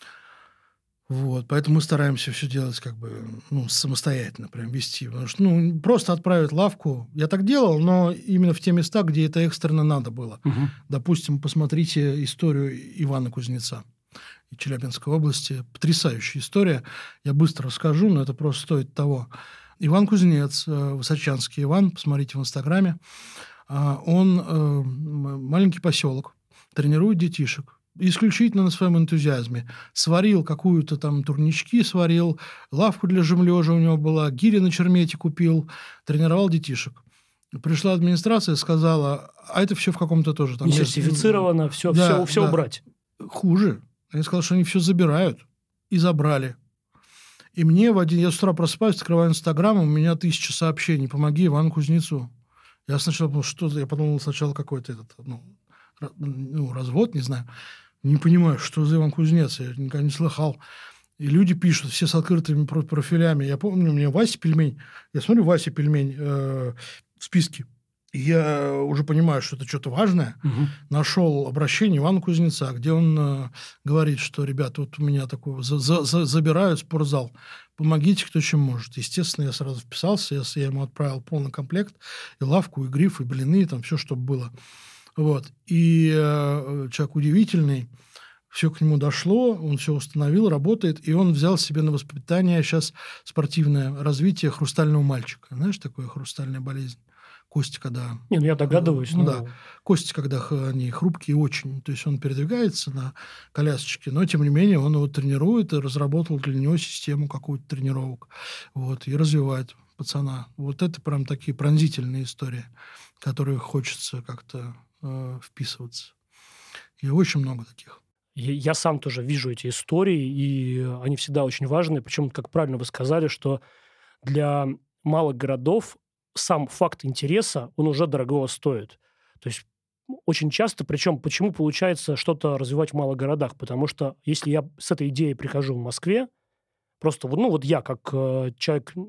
Поэтому мы стараемся все делать самостоятельно, прям вести. Потому что, просто отправить лавку, я так делал, но именно в те места, где это экстренно надо было. Угу. Допустим, посмотрите историю Ивана Кузнеца из Челябинской области. Потрясающая история. Я быстро расскажу, но это просто стоит того. Иван Кузнец, Высочанский Иван, посмотрите в Инстаграме, он маленький поселок, тренирует детишек. Исключительно на своем энтузиазме. Сварил какую-то там турнички, сварил, лавку для жимлежа у него была, гири на чермете купил, тренировал детишек. Пришла администрация и сказала, а это все в каком-то тоже... Не сертифицировано, все убрать. Хуже. Они сказали, что они все забирают. И забрали. И мне я с утра просыпаюсь, открываю Инстаграм, у меня 1000 сообщений. Помоги Ивану Кузнецу. Я сначала подумал, я подумал сначала какой-то развод, не знаю. Не понимаю, что за Иван Кузнец, я никогда не слыхал. И люди пишут, все с открытыми профилями. Я помню, у меня Вася Пельмень, я смотрю Вася Пельмень в списке. И я уже понимаю, что это что-то важное. Угу. Нашел обращение Ивана Кузнеца, где он говорит, что, ребята, у меня такое, забирают спортзал, помогите, кто чем может. Естественно, я сразу вписался, я ему отправил полный комплект, и лавку, и гриф, и блины, там все, что было. И человек удивительный, все к нему дошло, он все установил, работает, и он взял себе на воспитание сейчас спортивное развитие хрустального мальчика. Знаешь, такое хрустальная болезнь? Кости, когда... я догадываюсь. Да, кости, когда они хрупкие очень. То есть он передвигается на колясочке, но, тем не менее, он его тренирует и разработал для него систему какую-то тренировок. И развивает пацана. Это прям такие пронзительные истории, в которые хочется как-то вписываться. И очень много таких. Я сам тоже вижу эти истории, и они всегда очень важны. Причем, как правильно вы сказали, что для малых городов сам факт интереса, он уже дорого стоит. То есть очень часто, причем почему получается что-то развивать в малых городах? Потому что если я с этой идеей прихожу в Москве, просто я как человек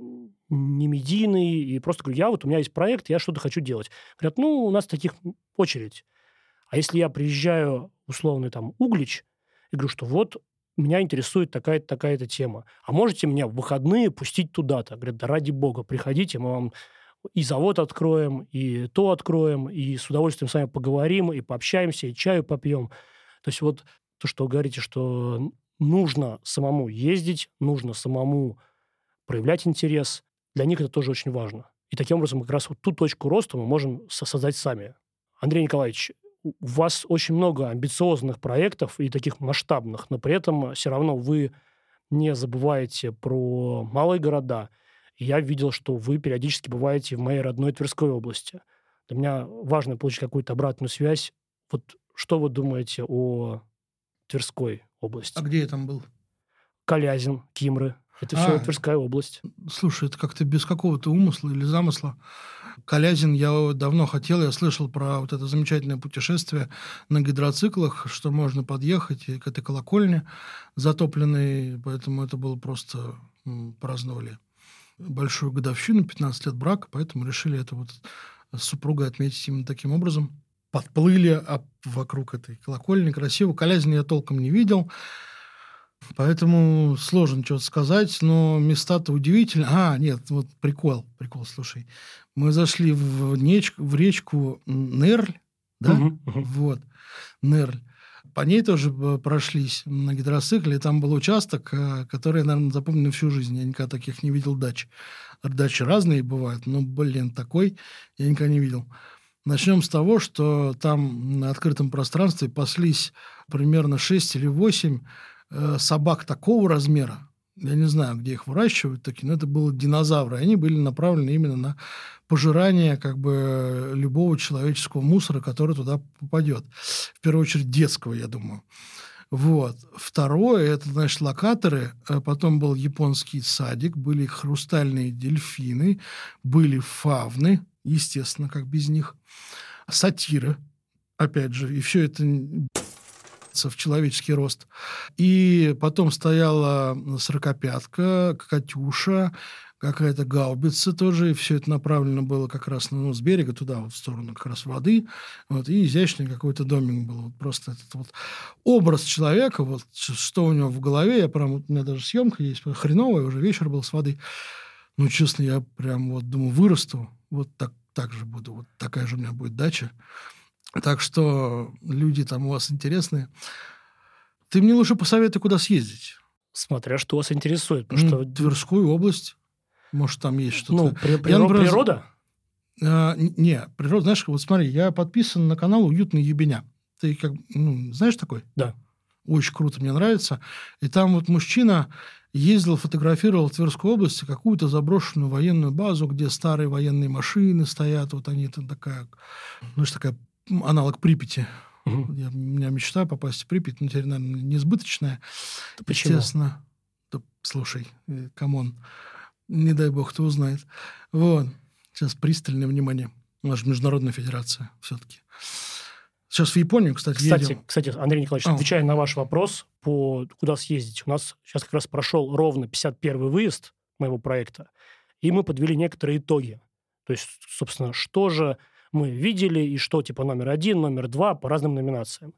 не медийный, и просто говорю, у меня есть проект, я что-то хочу делать. Говорят, у нас таких очередь. А если я приезжаю, условно, там, Углич, и говорю, что вот меня интересует такая-то, такая-то тема, а можете меня в выходные пустить туда-то? Говорят, да ради бога, приходите, мы вам и завод откроем, и то откроем, и с удовольствием с вами поговорим, и пообщаемся, и чаю попьем. То есть вот то, что вы говорите, что нужно самому ездить, нужно самому проявлять интерес, для них это тоже очень важно. И таким образом как раз вот ту точку роста мы можем создать сами. Андрей Николаевич, у вас очень много амбициозных проектов и таких масштабных, но при этом все равно вы не забываете про малые города. И я видел, что вы периодически бываете в моей родной Тверской области. Для меня важно получить какую-то обратную связь. Вот что вы думаете о Тверской А области? где я там был? Калязин, Кимры. Это все Тверская область. Слушай, это как-то без какого-то умысла или замысла. Калязин я давно хотел, я слышал про вот это замечательное путешествие на гидроциклах, что можно подъехать к этой колокольне затопленной, поэтому это было просто праздновали большую годовщину, 15 лет брака, поэтому решили это вот с супругой отметить именно таким образом. Подплыли вокруг этой колокольни красиво. Калязин я толком не видел, поэтому сложно что-то сказать, но места-то удивительные. Нет, вот прикол, слушай. Мы зашли в речку Нерль, да? Вот, Нерль. По ней тоже прошлись на гидроцикле, и там был участок, который я, наверное, запомнил на всю жизнь. Я никогда таких не видел дач. Дачи разные бывают, но, такой я никогда не видел. Начнем с того, что там на открытом пространстве паслись примерно 6 или 8 собак такого размера. Я не знаю, где их выращивают такие, но это были динозавры. Они были направлены именно на пожирание любого человеческого мусора, который туда попадет. В первую очередь детского, я думаю. Вот. Второе, это, значит, локаторы. Потом был японский садик, были хрустальные дельфины, были фавны, естественно, как без них. Сатиры, опять же. И все это в человеческий рост. И потом стояла сорокопятка, «Катюша», какая-то гаубица тоже, и все это направлено было как раз с берега туда, в сторону как раз воды, и изящный какой-то домик был. Просто этот образ человека, что у него в голове, у меня даже съемка есть, хреновая, уже вечер был с воды. Честно, я прям думаю, вырасту, так же буду, такая же у меня будет дача. Так что люди там у вас интересные. Ты мне лучше посоветуй, куда съездить. Смотря что вас интересует. Тверскую область. Может, там есть что-то. Природа? Не, природа. Знаешь, смотри, я подписан на канал «Уютный ебеня». Ты знаешь такой? Да. Очень круто, мне нравится. И там мужчина ездил, фотографировал в Тверской области какую-то заброшенную военную базу, где старые военные машины стоят. Они там такая аналог Припяти. У меня мечта попасть в Припять, но теперь, наверное, несбыточная. Почему? Естественно. Да, слушай, камон. Не дай бог, кто узнает. Вот. Сейчас пристальное внимание. У нас же международная федерация все-таки. Сейчас в Японию, кстати, едем. Кстати, Андрей Николаевич, отвечая на ваш вопрос, куда съездить, у нас сейчас как раз прошел ровно 51-й выезд моего проекта, и мы подвели некоторые итоги. То есть, собственно, что же мы видели, и что номер 1, номер 2 по разным номинациям.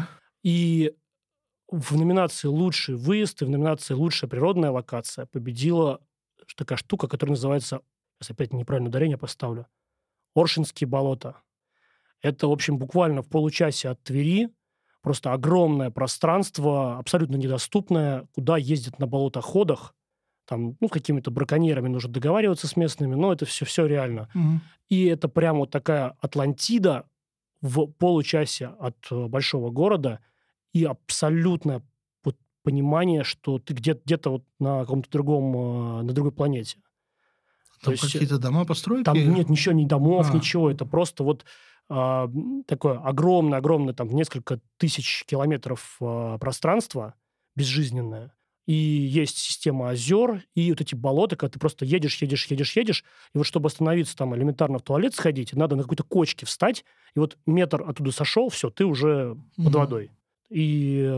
И в номинации «Лучший выезд» и в номинации «Лучшая природная локация» победила такая штука, которая называется, сейчас опять неправильное ударение поставлю, Оршинские болота. Это, в общем, буквально в получасе от Твери просто огромное пространство, абсолютно недоступное, куда ездят на болотоходах. Там, с какими-то браконьерами нужно договариваться с местными, но это все реально. И это прямо такая Атлантида в получасе от большого города и абсолютное понимание, что ты где-то на каком-то на другой планете. Там какие-то дома, постройки? Там нет ничего, ни домов, ничего. Это просто такое огромное, там несколько тысяч километров пространства безжизненное. И есть система озер, и эти болота, когда ты просто едешь, и чтобы остановиться там элементарно в туалет сходить, надо на какой-то кочке встать, и метр оттуда сошел, все, ты уже под водой. И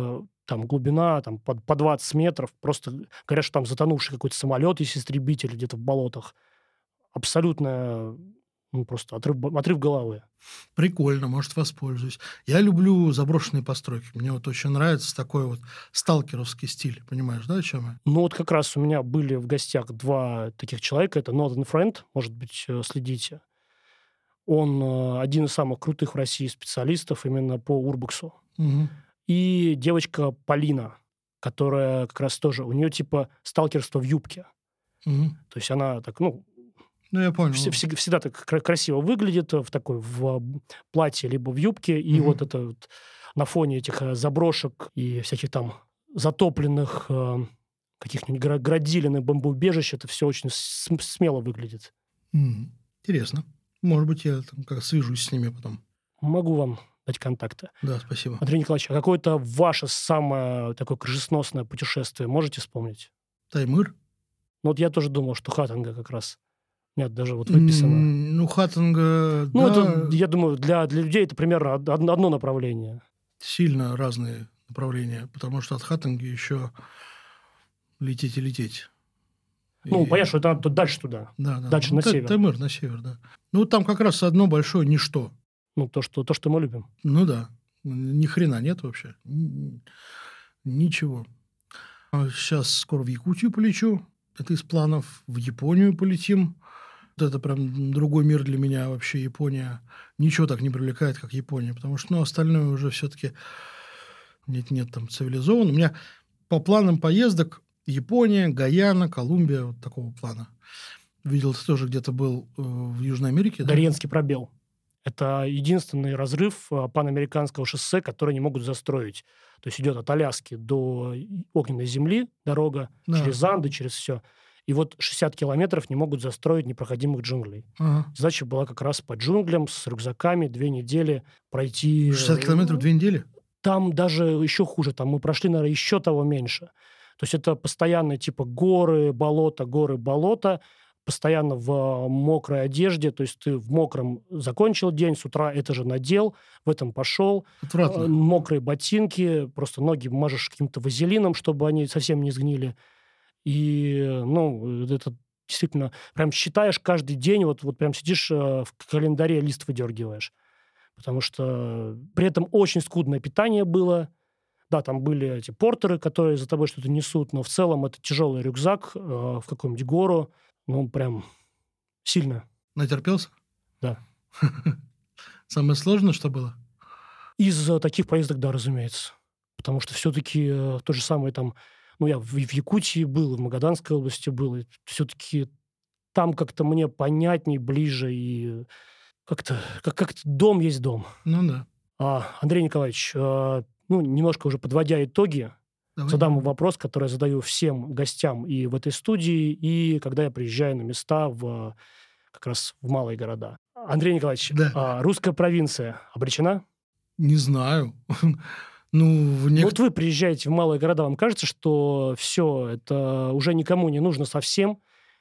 там глубина там, по 20 метров. Просто говорят, что там затонувший какой-то самолет, есть истребитель где-то в болотах. Абсолютно просто отрыв головы. Прикольно, может, воспользуюсь. Я люблю заброшенные постройки. Мне вот очень нравится такой вот сталкеровский стиль. Понимаешь, да, о чем я? Ну, вот как раз у меня были в гостях 2 таких человека. Это Northern Friend, может быть, следите. Он один из самых крутых в России специалистов именно по урбексу. Мгм. И девочка Полина, которая как раз тоже... У нее типа сталкерство в юбке. Мгм. То есть она так, Ну, я понял. всегда так красиво выглядит в платье либо в юбке. И Мгм. вот это вот на фоне этих заброшек и всяких там затопленных каких-нибудь градилин и бомбоубежищ, это все очень смело выглядит. Интересно. Может быть, я там как свяжусь с ними потом. Могу вам дать контакты. Да, спасибо. Андрей Николаевич, а какое-то ваше самое такое крышесносное путешествие можете вспомнить? Таймыр? Ну, вот я тоже думал, что Хатанга как раз. У меня даже вот выписано. Ну, Хаттенга, Ну, да, это, я думаю, для людей это примерно одно направление. сильно разные направления, потому что от Хаттенги еще лететь и лететь. Ну, И- понятно, что это надо дальше туда. Да. Дальше Ну, на север. Таймыр на север, да. Ну, там как раз одно большое ничто. Ну, то, что мы любим. Ну да. Ни хрена нет вообще. Ничего. Сейчас скоро в Якутию полечу. Это из планов. В Японию полетим. Вот это прям другой мир для меня вообще, Япония. Ничего так не привлекает, как Япония. Потому что, остальное уже все-таки нет там цивилизованно. У меня по планам поездок Япония, Гайана, Колумбия, вот такого плана. Видел, ты тоже где-то был в Южной Америке, да? Дарьенский пробел. Это единственный разрыв панамериканского шоссе, который не могут застроить. То есть идет от Аляски до огненной земли дорога, Да. через Анды, через все. И вот 60 километров не могут застроить непроходимых джунглей. Ага. Задача была как раз по джунглям с рюкзаками 2 недели пройти... 60 километров 2 недели? Там даже еще хуже. Там мы прошли, наверное, еще того меньше. То есть это постоянно типа горы, болото, постоянно в мокрой одежде. То есть ты в мокром закончил день, с утра это же надел, в этом пошел. Отвратно. Мокрые ботинки, просто ноги мажешь каким-то вазелином, чтобы они совсем не сгнили. И, это действительно, прям считаешь каждый день, вот прям сидишь в календаре, лист выдергиваешь. Потому что при этом очень скудное питание было. Да, там были эти портеры, которые за тобой что-то несут, но в целом это тяжелый рюкзак в какую-нибудь гору. Ну, прям сильно. Натерпелся? Да. Самое сложное, что было? Из таких поездок, да, разумеется. Потому что все-таки то же самое там... Ну, я в Якутии был, в Магаданской области был. И все-таки там как-то мне понятней, ближе. И как-то дом есть дом. Ну да. Андрей Николаевич, немножко уже подводя итоги, Давай. задам вопрос, который я задаю всем гостям и в этой студии, и когда я приезжаю на места как раз в малые города. Андрей Николаевич, Да. русская провинция обречена? Не знаю. Ну, Вот вы приезжаете в малые города, вам кажется, что все, это уже никому не нужно совсем,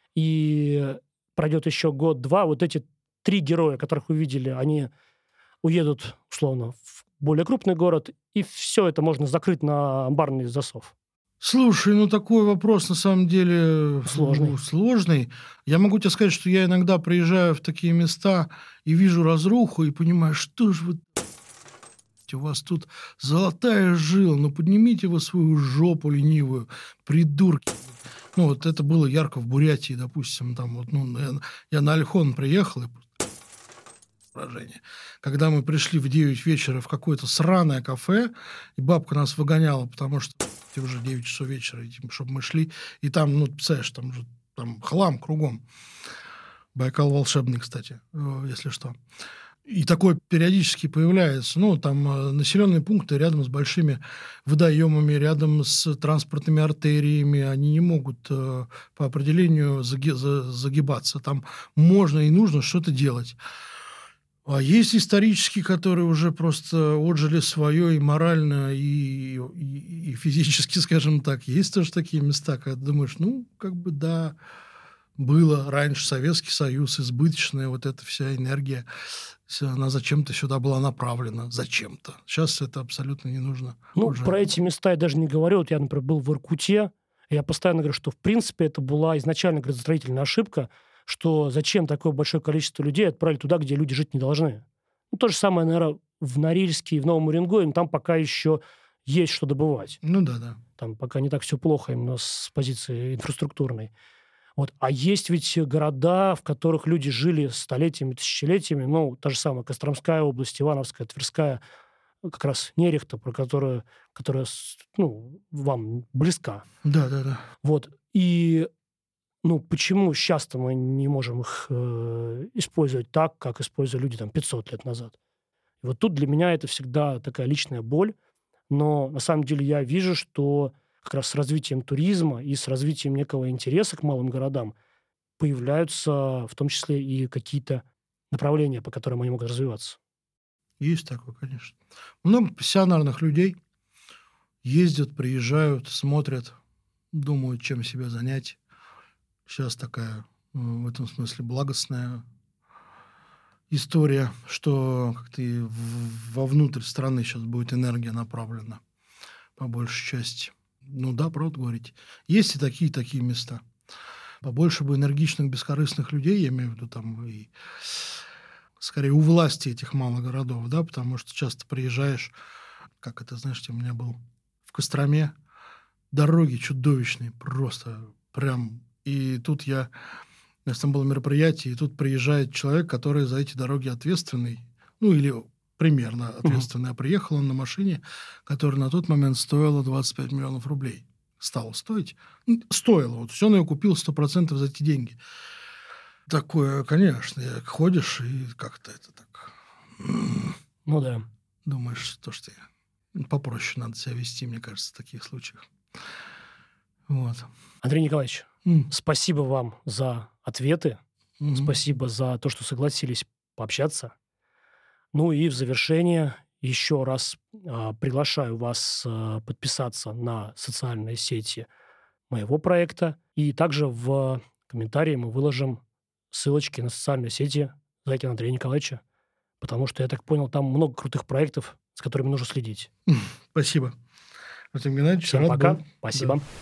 и пройдет еще год-два, вот эти 3 героя, которых вы видели, они уедут, условно, в более крупный город, и все это можно закрыть на амбарный засов. Слушай, такой вопрос на самом деле Сложный. сложный. Я могу тебе сказать, что я иногда приезжаю в такие места и вижу разруху, и понимаю, что ж вы... У вас тут золотая жила, поднимите вы свою жопу ленивую, придурки. Вот это было ярко в Бурятии, допустим. Там я на Ольхон приехал, и поражение. Когда мы пришли в 9 вечера в какое-то сраное кафе, и бабка нас выгоняла, потому что уже 9 часов вечера, чтобы мы шли, и там, представляешь, там хлам кругом. Байкал волшебный, кстати, если что. И такое периодически появляется. Там населенные пункты рядом с большими водоемами, рядом с транспортными артериями. Они не могут по определению загибаться. Там можно и нужно что-то делать. А есть исторические, которые уже просто отжили свое и морально, и физически, скажем так. Есть тоже такие места, когда думаешь, было раньше Советский Союз, избыточная вот эта вся энергия. Она зачем-то сюда была направлена. Зачем-то. Сейчас это абсолютно не нужно. Ну, уже. про эти места я даже не говорю. Вот я, например, был в Иркуте, и я постоянно говорю, что, в принципе, это была изначально градостроительная ошибка, что зачем такое большое количество людей отправили туда, где люди жить не должны. Ну, то же самое, наверное, в Норильске и в Новом Уренгое, но там пока еще есть что добывать. Ну да. Там пока не так все плохо именно с позиции инфраструктурной. Вот. А есть ведь города, в которых люди жили столетиями, тысячелетиями. Ну, та же самая Костромская область, Ивановская, Тверская, как раз Нерехта, про которая вам близка. Да. Вот. И почему сейчас-то мы не можем их использовать так, как использовали люди 500 лет назад? И вот тут для меня это всегда такая личная боль. Но на самом деле я вижу, что как раз с развитием туризма и с развитием некого интереса к малым городам появляются в том числе и какие-то направления, по которым они могут развиваться. Есть такое, конечно. Много пассионарных людей ездят, приезжают, смотрят, думают, чем себя занять. Сейчас такая в этом смысле благостная история, что как-то и вовнутрь страны сейчас будет энергия направлена по большей части. Ну да, правда говорите. Есть и такие места. Побольше бы энергичных, бескорыстных людей, я имею в виду там и скорее у власти этих малых городов, да, потому что часто приезжаешь, как это, знаешь, у меня был в Костроме, дороги чудовищные, просто прям. И тут у нас там было мероприятие, и тут приезжает человек, который за эти дороги ответственный, ну или примерно ответственный, а приехал он на машине, которая на тот момент стоила 25 миллионов рублей. Стало стоить. Стоило. Вот все, он ее купил 100% за эти деньги. Такое, конечно, ходишь и как-то это так... Ну да. Думаешь, что попроще надо себя вести, мне кажется, в таких случаях. Вот. Андрей Николаевич, спасибо вам за ответы. Спасибо за то, что согласились пообщаться. Ну и в завершение еще раз приглашаю вас подписаться на социальные сети моего проекта. И также в комментарии мы выложим ссылочки на социальные сети Зайкина Андрея Николаевича, потому что, я так понял, там много крутых проектов, с которыми нужно следить. Спасибо. Артем Геннадьевич, всем пока. Спасибо. Да.